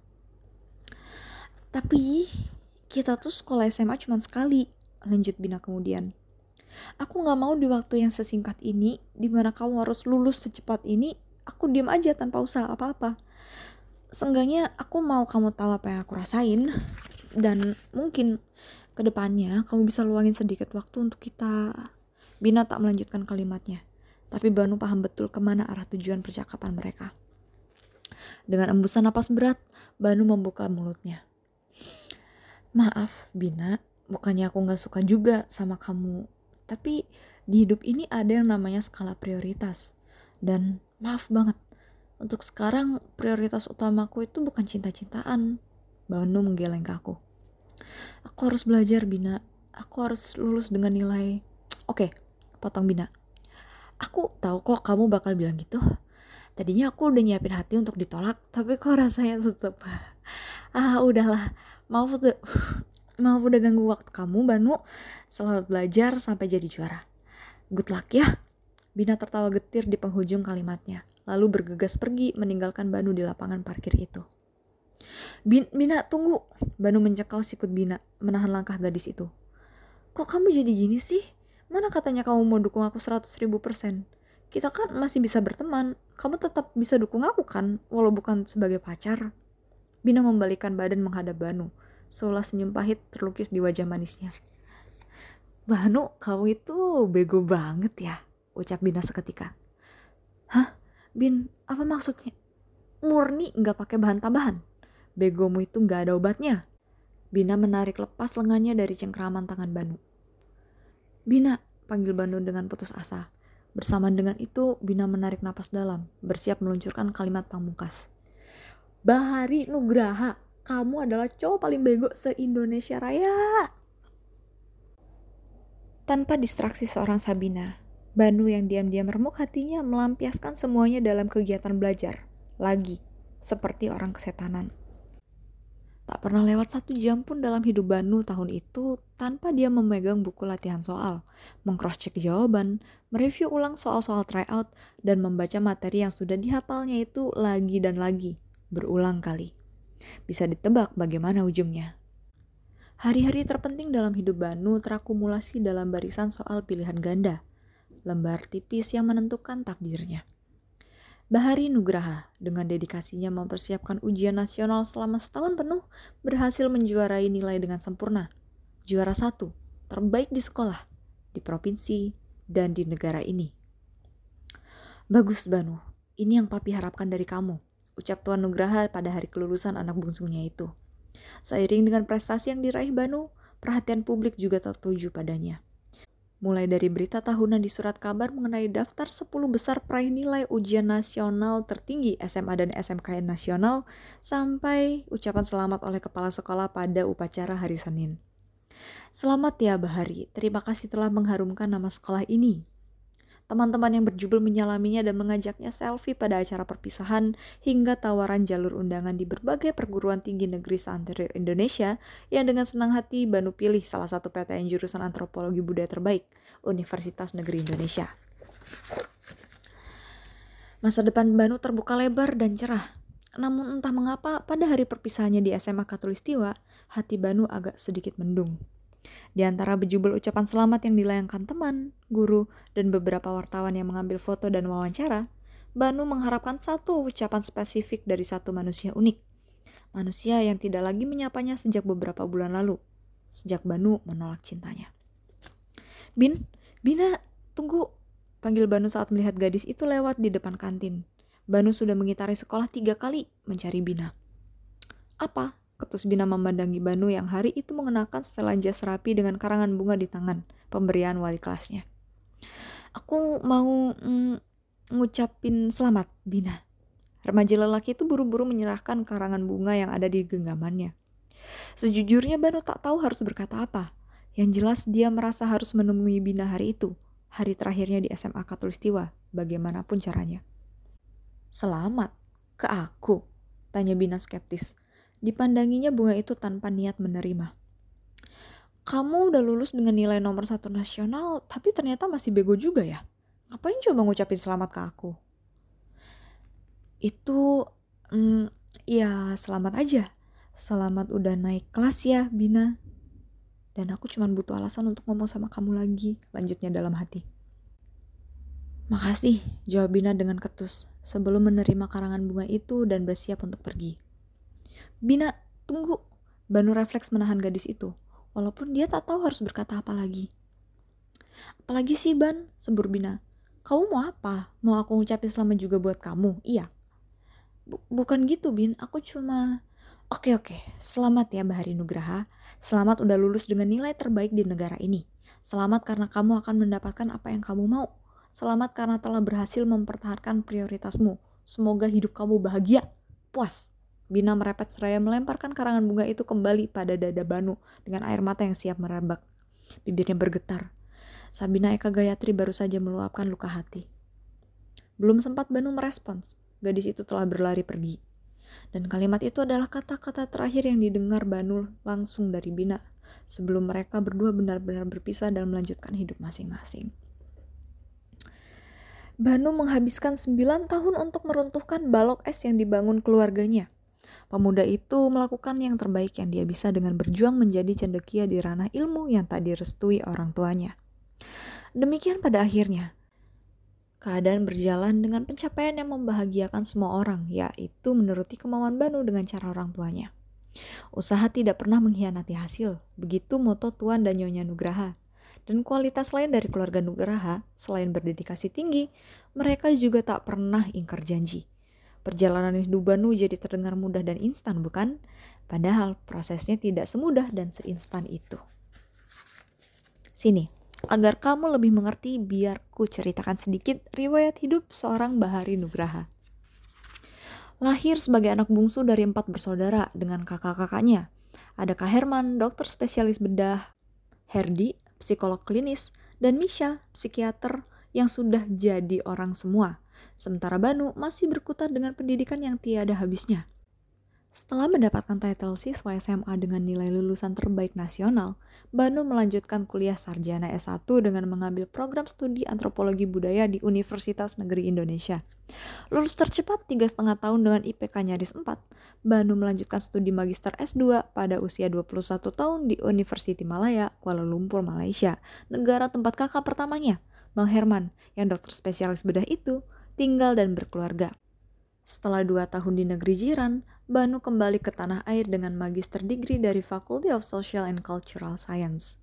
Tapi... kita tuh sekolah S M A cuma sekali, lanjut Bina kemudian. Aku gak mau di waktu yang sesingkat ini, dimana kamu harus lulus secepat ini, aku diam aja tanpa usaha apa-apa. Seenggaknya aku mau kamu tahu apa yang aku rasain, dan mungkin kedepannya kamu bisa luangin sedikit waktu untuk kita. Bina tak melanjutkan kalimatnya, tapi Banu paham betul kemana arah tujuan percakapan mereka. Dengan embusan napas berat, Banu membuka mulutnya. Maaf Bina, bukannya aku gak suka juga sama kamu. Tapi di hidup ini ada yang namanya skala prioritas. Dan maaf banget, untuk sekarang prioritas utamaku itu bukan cinta-cintaan. Banu menggeleng ke aku. Aku harus belajar Bina, aku harus lulus dengan nilai. Oke, potong Bina. Aku tahu kok kamu bakal bilang gitu. Tadinya aku udah nyiapin hati untuk ditolak, tapi kok rasanya tetep. Ah udahlah, maaf udah, maaf udah ganggu waktu kamu Banu. Selamat belajar sampai jadi juara. Good luck ya. Bina tertawa getir di penghujung kalimatnya, lalu bergegas pergi meninggalkan Banu di lapangan parkir itu. Bin, Bina tunggu. Banu mencekal sikut Bina, menahan langkah gadis itu. Kok kamu jadi gini sih? Mana katanya kamu mau dukung aku seratus ribu persen? Kita kan masih bisa berteman. Kamu tetap bisa dukung aku kan, walau bukan sebagai pacar. Bina membalikkan badan menghadap Banu, seolah senyum pahit terlukis di wajah manisnya. Banu, kamu itu bego banget ya, ucap Bina seketika. Hah? Bin, apa maksudnya? Murni gak pakai bahan tambahan? Begomu itu gak ada obatnya. Bina menarik lepas lengannya dari cengkraman tangan Banu. Bina, panggil Banu dengan putus asa. Bersamaan dengan itu, Bina menarik napas dalam, bersiap meluncurkan kalimat pamungkas. Bahari Nugraha, kamu adalah cowok paling bego se-Indonesia Raya. Tanpa distraksi seorang Sabina, Banu yang diam-diam remuk hatinya melampiaskan semuanya dalam kegiatan belajar. Lagi, seperti orang kesetanan. Tak pernah lewat satu jam pun dalam hidup Banu tahun itu tanpa dia memegang buku latihan soal, meng-cross-check jawaban, mereview ulang soal-soal tryout, dan membaca materi yang sudah dihafalnya itu lagi dan lagi. Berulang kali. Bisa ditebak bagaimana ujungnya. Hari-hari terpenting dalam hidup Banu terakumulasi dalam barisan soal pilihan ganda. Lembar tipis yang menentukan takdirnya. Bahari Nugraha dengan dedikasinya mempersiapkan ujian nasional selama setahun penuh berhasil menjuarai nilai dengan sempurna. Juara satu, terbaik di sekolah, di provinsi, dan di negara ini. Bagus Banu, ini yang papi harapkan dari kamu. Ucap Tuan Nugraha pada hari kelulusan anak bungsunya itu. Seiring dengan prestasi yang diraih Banu, perhatian publik juga tertuju padanya. Mulai dari berita tahunan di surat kabar mengenai daftar sepuluh besar peraih nilai ujian nasional tertinggi S M A dan S M K N nasional, sampai ucapan selamat oleh kepala sekolah pada upacara hari Senin. Selamat ya Bahari, terima kasih telah mengharumkan nama sekolah ini. Teman-teman yang berjubel menyalaminya dan mengajaknya selfie pada acara perpisahan hingga tawaran jalur undangan di berbagai perguruan tinggi negeri seantero Indonesia yang dengan senang hati Banu pilih salah satu P T N jurusan Antropologi Budaya terbaik, Universitas Negeri Indonesia. Masa depan Banu terbuka lebar dan cerah. Namun entah mengapa pada hari perpisahannya di S M A Katulistiwa, hati Banu agak sedikit mendung. Di antara bejubel ucapan selamat yang dilayangkan teman, guru, dan beberapa wartawan yang mengambil foto dan wawancara, Banu mengharapkan satu ucapan spesifik dari satu manusia unik. Manusia yang tidak lagi menyapanya sejak beberapa bulan lalu, sejak Banu menolak cintanya. Bin, Bina, tunggu, panggil Banu saat melihat gadis itu lewat di depan kantin. Banu sudah mengitari sekolah tiga kali mencari Bina. Apa? Ketus Bina memandangi Banu yang hari itu mengenakan setelan jas rapi dengan karangan bunga di tangan, pemberian wali kelasnya. Aku mau mm, ngucapin selamat, Bina. Remaja lelaki itu buru-buru menyerahkan karangan bunga yang ada di genggamannya. Sejujurnya Banu tak tahu harus berkata apa. Yang jelas dia merasa harus menemui Bina hari itu, hari terakhirnya di S M A Katulistiwa, bagaimanapun caranya. Selamat? Ke aku? Tanya Bina skeptis. Dipandanginya bunga itu tanpa niat menerima. Kamu udah lulus dengan nilai nomor satu nasional, tapi ternyata masih bego juga ya? Ngapain coba ngucapin selamat ke aku? Itu, mm, ya selamat aja. Selamat udah naik kelas ya, Bina. Dan aku cuma butuh alasan untuk ngomong sama kamu lagi, lanjutnya dalam hati. Makasih, jawab Bina dengan ketus, sebelum menerima karangan bunga itu dan bersiap untuk pergi. Bina, tunggu. Banu refleks menahan gadis itu, walaupun dia tak tahu harus berkata apa lagi. Apalagi sih, Ban? Sembur Bina. Kamu mau apa? Mau aku ngucapin selamat juga buat kamu? Iya. Bukan gitu, Bin. Aku cuma... Oke, oke. Selamat ya, Bahari Nugraha. Selamat udah lulus dengan nilai terbaik di negara ini. Selamat karena kamu akan mendapatkan apa yang kamu mau. Selamat karena telah berhasil mempertahankan prioritasmu. Semoga hidup kamu bahagia, puas. Bina merepet seraya melemparkan karangan bunga itu kembali pada dada Banu dengan air mata yang siap merebak. Bibirnya bergetar. Sabina Eka Gayatri baru saja meluapkan luka hati. Belum sempat Banu merespons, gadis itu telah berlari pergi. Dan kalimat itu adalah kata-kata terakhir yang didengar Banu langsung dari Bina sebelum mereka berdua benar-benar berpisah dan melanjutkan hidup masing-masing. Banu menghabiskan sembilan tahun untuk meruntuhkan balok es yang dibangun keluarganya. Pemuda itu melakukan yang terbaik yang dia bisa dengan berjuang menjadi cendekia di ranah ilmu yang tak direstui orang tuanya. Demikian pada akhirnya, keadaan berjalan dengan pencapaian yang membahagiakan semua orang, yaitu menuruti kemauan Banu dengan cara orang tuanya. Usaha tidak pernah mengkhianati hasil, begitu moto Tuan dan Nyonya Nugraha. Dan kualitas lain dari keluarga Nugraha, selain berdedikasi tinggi, mereka juga tak pernah ingkar janji. Perjalanan hidup Banu jadi terdengar mudah dan instan, bukan? Padahal prosesnya tidak semudah dan seinstan itu. Sini, agar kamu lebih mengerti, biar ku ceritakan sedikit riwayat hidup seorang Bahari Nugraha. Lahir sebagai anak bungsu dari empat bersaudara dengan kakak-kakaknya. Ada Kak Herman, dokter spesialis bedah, Herdi, psikolog klinis, dan Misha, psikiater yang sudah jadi orang semua. Sementara Banu masih berkutat dengan pendidikan yang tiada habisnya. Setelah mendapatkan title siswa S M A dengan nilai lulusan terbaik nasional, Banu melanjutkan kuliah sarjana S satu dengan mengambil program studi antropologi budaya di Universitas Negeri Indonesia. Lulus tercepat tiga setengah tahun dengan I P K nyaris empat, Banu melanjutkan studi magister S dua pada usia dua puluh satu tahun di University Malaya, Kuala Lumpur, Malaysia, negara tempat kakak pertamanya, Bang Herman, yang dokter spesialis bedah itu, tinggal dan berkeluarga. Setelah dua tahun di negeri jiran, Banu kembali ke tanah air dengan magister degree dari Faculty of Social and Cultural Science.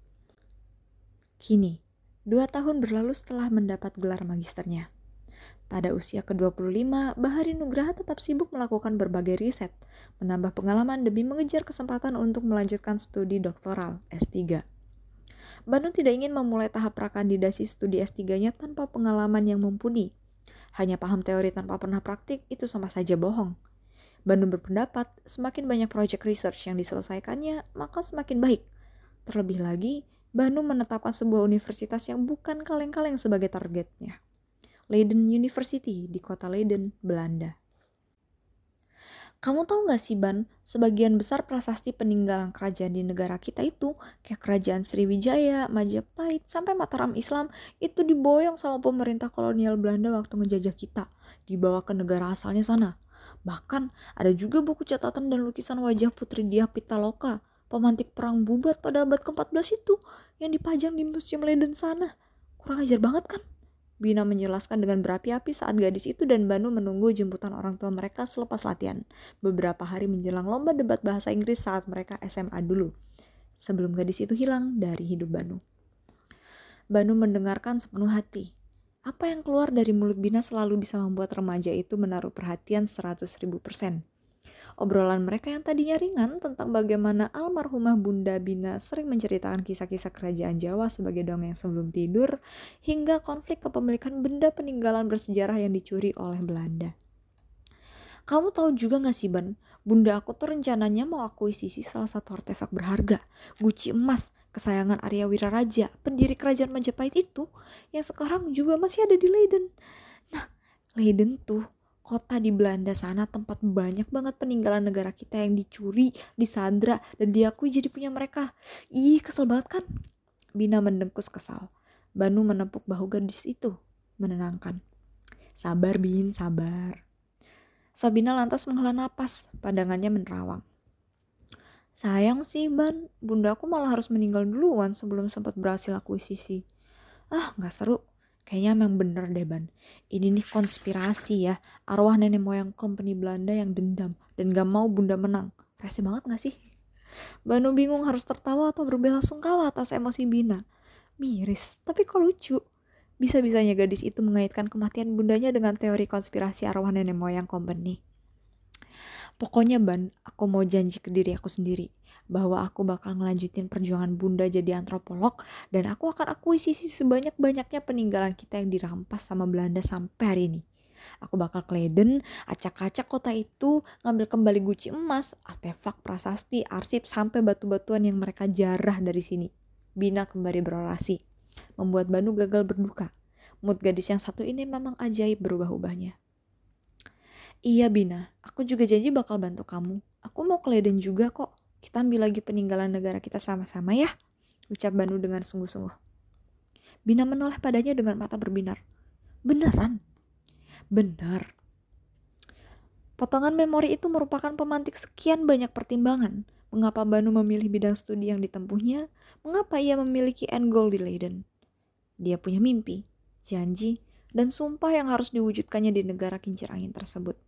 Kini, dua tahun berlalu setelah mendapat gelar magisternya. Pada usia ke dua puluh lima, Bahari Nugraha tetap sibuk melakukan berbagai riset, menambah pengalaman demi mengejar kesempatan untuk melanjutkan studi doktoral S tiga. Banu tidak ingin memulai tahap prakandidasi studi S tiga-nya tanpa pengalaman yang mumpuni. Hanya paham teori tanpa pernah praktik itu sama saja bohong. Banu berpendapat semakin banyak proyek research yang diselesaikannya, maka semakin baik. Terlebih lagi, Banu menetapkan sebuah universitas yang bukan kaleng-kaleng sebagai targetnya. Leiden University di kota Leiden, Belanda. Kamu tahu gak sih Ban, sebagian besar prasasti peninggalan kerajaan di negara kita itu, kayak kerajaan Sriwijaya, Majapahit, sampai Mataram Islam, itu diboyong sama pemerintah kolonial Belanda waktu ngejajah kita, dibawa ke negara asalnya sana. Bahkan ada juga buku catatan dan lukisan wajah Putri Diah Pitaloka, pemantik perang Bubat pada abad keempat belas itu, yang dipajang di Museum Leiden sana. Kurang ajar banget kan? Bina menjelaskan dengan berapi-api saat gadis itu dan Banu menunggu jemputan orang tua mereka selepas latihan, beberapa hari menjelang lomba debat bahasa Inggris saat mereka S M A dulu, sebelum gadis itu hilang dari hidup Banu. Banu mendengarkan sepenuh hati. Apa yang keluar dari mulut Bina selalu bisa membuat remaja itu menaruh perhatian seratus ribu persen. Obrolan mereka yang tadinya ringan tentang bagaimana almarhumah Bunda Bina sering menceritakan kisah-kisah kerajaan Jawa sebagai dongeng sebelum tidur, hingga konflik kepemilikan benda peninggalan bersejarah yang dicuri oleh Belanda. Kamu tahu juga gak sih Ban, Bunda aku tuh rencananya mau akuisisi salah satu artefak berharga, guci emas, kesayangan Arya Wiraraja, pendiri kerajaan Majapahit itu, yang sekarang juga masih ada di Leiden. Nah, Leiden tuh kota di Belanda sana tempat banyak banget peninggalan negara kita yang dicuri, disandra, dan diakui jadi punya mereka. Ih, kesel banget kan? Bina mendengkus kesal. Banu menepuk bahu gadis itu, menenangkan. Sabar Bin, sabar. Sabina lantas menghela napas, pandangannya menerawang. Sayang sih Ban, bunda aku malah harus meninggal duluan sebelum sempat berhasil akuisisi. Ah, gak seru. Kayaknya memang bener deh Ban. Ini nih konspirasi ya. Arwah nenek moyang company Belanda yang dendam dan gak mau bunda menang. Rese banget gak sih? Banu bingung harus tertawa atau berbelasungkawa atas emosi Bina. Miris, tapi kok lucu. Bisa-bisanya gadis itu mengaitkan kematian bundanya dengan teori konspirasi arwah nenek moyang company. Pokoknya Ban, aku mau janji ke diri aku sendiri bahwa aku bakal ngelanjutin perjuangan bunda jadi antropolog dan aku akan akuisisi sebanyak-banyaknya peninggalan kita yang dirampas sama Belanda sampai hari ini. Aku bakal ke Leiden, acak-acak kota itu, ngambil kembali guci emas, artefak, prasasti, arsip, sampai batu-batuan yang mereka jarah dari sini. Bina kembali berorasi, membuat Banu gagal berduka. Mood gadis yang satu ini memang ajaib berubah-ubahnya. Iya Bina, aku juga janji bakal bantu kamu. Aku mau ke Leiden juga kok. Kita ambil lagi peninggalan negara kita sama-sama ya, ucap Banu dengan sungguh-sungguh. Bina menoleh padanya dengan mata berbinar. Beneran? Benar. Potongan memori itu merupakan pemantik sekian banyak pertimbangan. Mengapa Banu memilih bidang studi yang ditempuhnya? Mengapa ia memiliki end goal di Leiden? Dia punya mimpi, janji, dan sumpah yang harus diwujudkannya di negara kincir angin tersebut.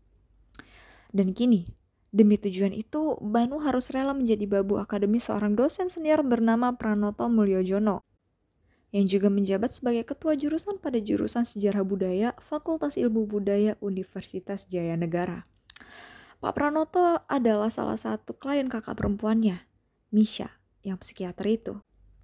Dan kini, demi tujuan itu, Banu harus rela menjadi babu akademi seorang dosen senior bernama Pranoto Mulyojono, yang juga menjabat sebagai ketua jurusan pada jurusan Sejarah Budaya Fakultas Ilmu Budaya Universitas Jaya Negara. Pak Pranoto adalah salah satu klien kakak perempuannya, Misha, yang psikiater itu.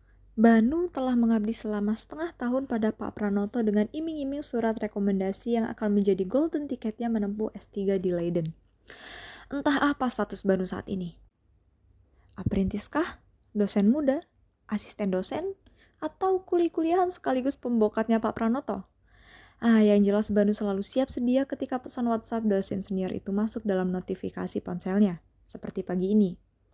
Banu telah mengabdi selama setengah tahun pada Pak Pranoto dengan iming-iming surat rekomendasi yang akan menjadi golden tiketnya menempuh S tiga di Leiden. Entah apa status Banu saat ini. Apprentice kah? Dosen muda? Asisten dosen? Atau kuliah-kuliahan sekaligus pembokatnya Pak Pranoto? Ah, yang jelas Banu selalu siap sedia ketika pesan WhatsApp dosen senior itu masuk dalam notifikasi ponselnya, seperti pagi ini.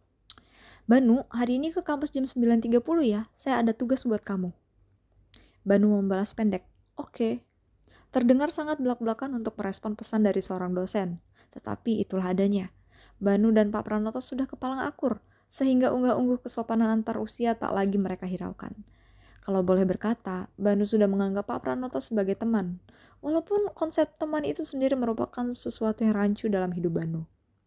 Banu, hari ini ke kampus jam sembilan tiga puluh ya, saya ada tugas buat kamu. Banu membalas pendek, oke. Terdengar sangat belak-belakan untuk merespon pesan dari seorang dosen. Tetapi itulah adanya. Banu dan Pak Pranoto sudah kepalang akur, sehingga unggah-ungguh kesopanan antar usia tak lagi mereka hiraukan. Kalau boleh berkata, Banu sudah menganggap Pak Pranoto sebagai teman, walaupun konsep teman itu sendiri merupakan sesuatu yang rancu dalam hidup Banu.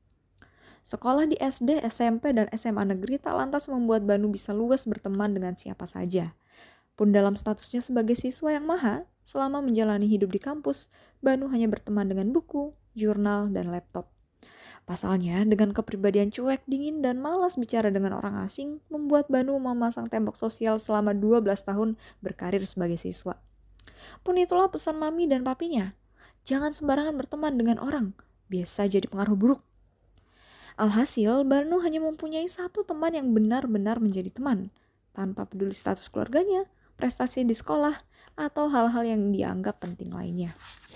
Sekolah di S D, S M P, dan S M A negeri tak lantas membuat Banu bisa luas berteman dengan siapa saja. Pun dalam statusnya sebagai siswa yang maha, selama menjalani hidup di kampus, Banu hanya berteman dengan buku, jurnal, dan laptop. Pasalnya, dengan kepribadian cuek, dingin, dan malas bicara dengan orang asing, membuat Banu memasang tembok sosial selama dua belas tahun berkarir sebagai siswa. Pun itulah pesan mami dan papinya, jangan sembarangan berteman dengan orang, biasa jadi pengaruh buruk. Alhasil, Banu hanya mempunyai satu teman yang benar-benar menjadi teman, tanpa peduli status keluarganya, prestasi di sekolah, atau hal-hal yang dianggap penting lainnya.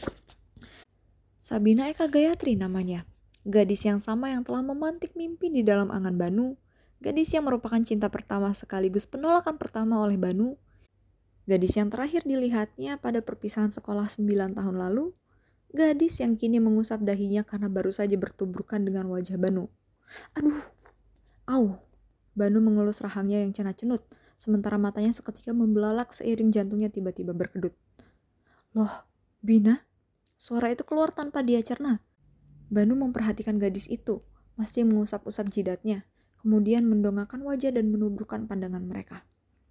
Sabina Eka Gayatri namanya, gadis yang sama yang telah memantik mimpi di dalam angan Banu, gadis yang merupakan cinta pertama sekaligus penolakan pertama oleh Banu, gadis yang terakhir dilihatnya pada perpisahan sekolah sembilan tahun lalu, gadis yang kini mengusap dahinya karena baru saja bertubrukan dengan wajah Banu. Aduh, au. Banu mengelus rahangnya yang cenut-cenut, sementara matanya seketika membelalak seiring jantungnya tiba-tiba berkedut. Loh, Bina? Suara itu keluar tanpa dia cerna. Banu memperhatikan gadis itu, masih mengusap-usap jidatnya, kemudian mendongakkan wajah dan menubrukkan pandangan mereka.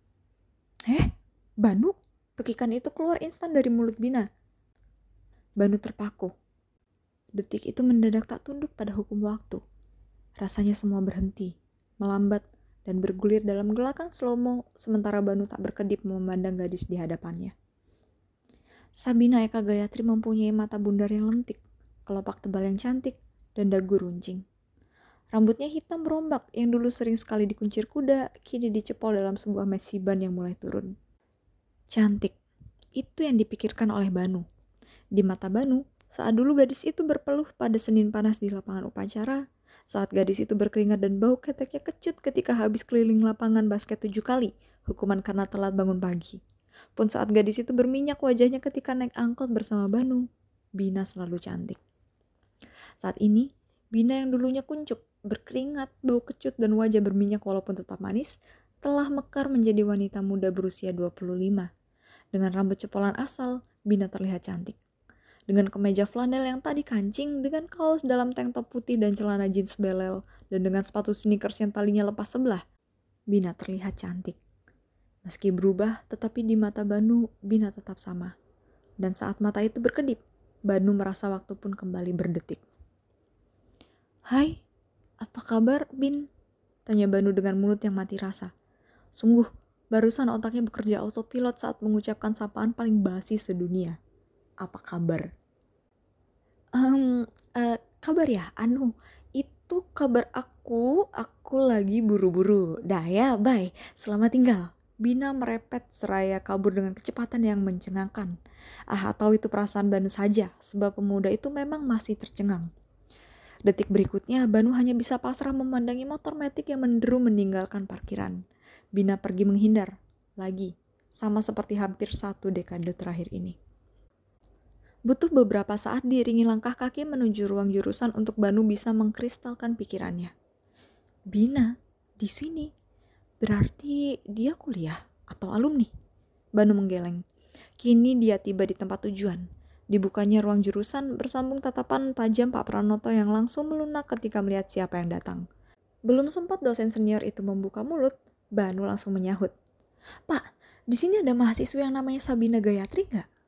Eh, Banu? Pekikan itu keluar instan dari mulut Bina. Banu terpaku. Detik itu mendadak tak tunduk pada hukum waktu. Rasanya semua berhenti, melambat, dan bergulir dalam gelakan slow-mo sementara Banu tak berkedip memandang gadis di hadapannya. Sabina Eka Gayatri mempunyai mata bundar yang lentik, kelopak tebal yang cantik, dan dagu runcing. Rambutnya hitam berombak yang dulu sering sekali dikuncir kuda, kini dicepol dalam sebuah mesiban yang mulai turun. Cantik, itu yang dipikirkan oleh Banu. Di mata Banu, saat dulu gadis itu berpeluh pada Senin panas di lapangan upacara, saat gadis itu berkeringat dan bau keteknya kecut ketika habis keliling lapangan basket tujuh kali, hukuman karena telat bangun pagi. Pun saat gadis itu berminyak wajahnya ketika naik angkot bersama Banu, Bina selalu cantik. Saat ini, Bina yang dulunya kuncup, berkeringat, bau kecut dan wajah berminyak walaupun tetap manis, telah mekar menjadi wanita muda berusia dua puluh lima. Dengan rambut cepolan asal, Bina terlihat cantik. Dengan kemeja flanel yang tak dikancing, dengan kaos dalam tank top putih dan celana jeans belel, dan dengan sepatu sneakers yang talinya lepas sebelah, Bina terlihat cantik. Meski berubah, tetapi di mata Banu, Bina tetap sama. Dan saat mata itu berkedip, Banu merasa waktu pun kembali berdetik. Hai, apa kabar, Bin? Tanya Banu dengan mulut yang mati rasa. Sungguh, barusan otaknya bekerja autopilot saat mengucapkan sapaan paling basi sedunia. Apa kabar? Um, uh, kabar ya, anu, itu kabar aku, aku lagi buru-buru. Dah ya, bye, selamat tinggal. Bina merepet seraya kabur dengan kecepatan yang mencengangkan. Ah, atau itu perasaan Banu saja, sebab pemuda itu memang masih tercengang. Detik berikutnya, Banu hanya bisa pasrah memandangi motor metik yang menderu meninggalkan parkiran. Bina pergi menghindar, lagi, sama seperti hampir satu dekade terakhir ini. Butuh beberapa saat diiringi langkah kaki menuju ruang jurusan untuk Banu bisa mengkristalkan pikirannya. Bina, di sini. Berarti dia kuliah atau alumni? Banu menggeleng. Kini dia tiba di tempat tujuan. Dibukanya ruang jurusan bersambung tatapan tajam Pak Pranoto yang langsung melunak ketika melihat siapa yang datang. Belum sempat dosen senior itu membuka mulut, Banu langsung menyahut. Pak, di sini ada mahasiswa yang namanya Sabina Gayatri nggak?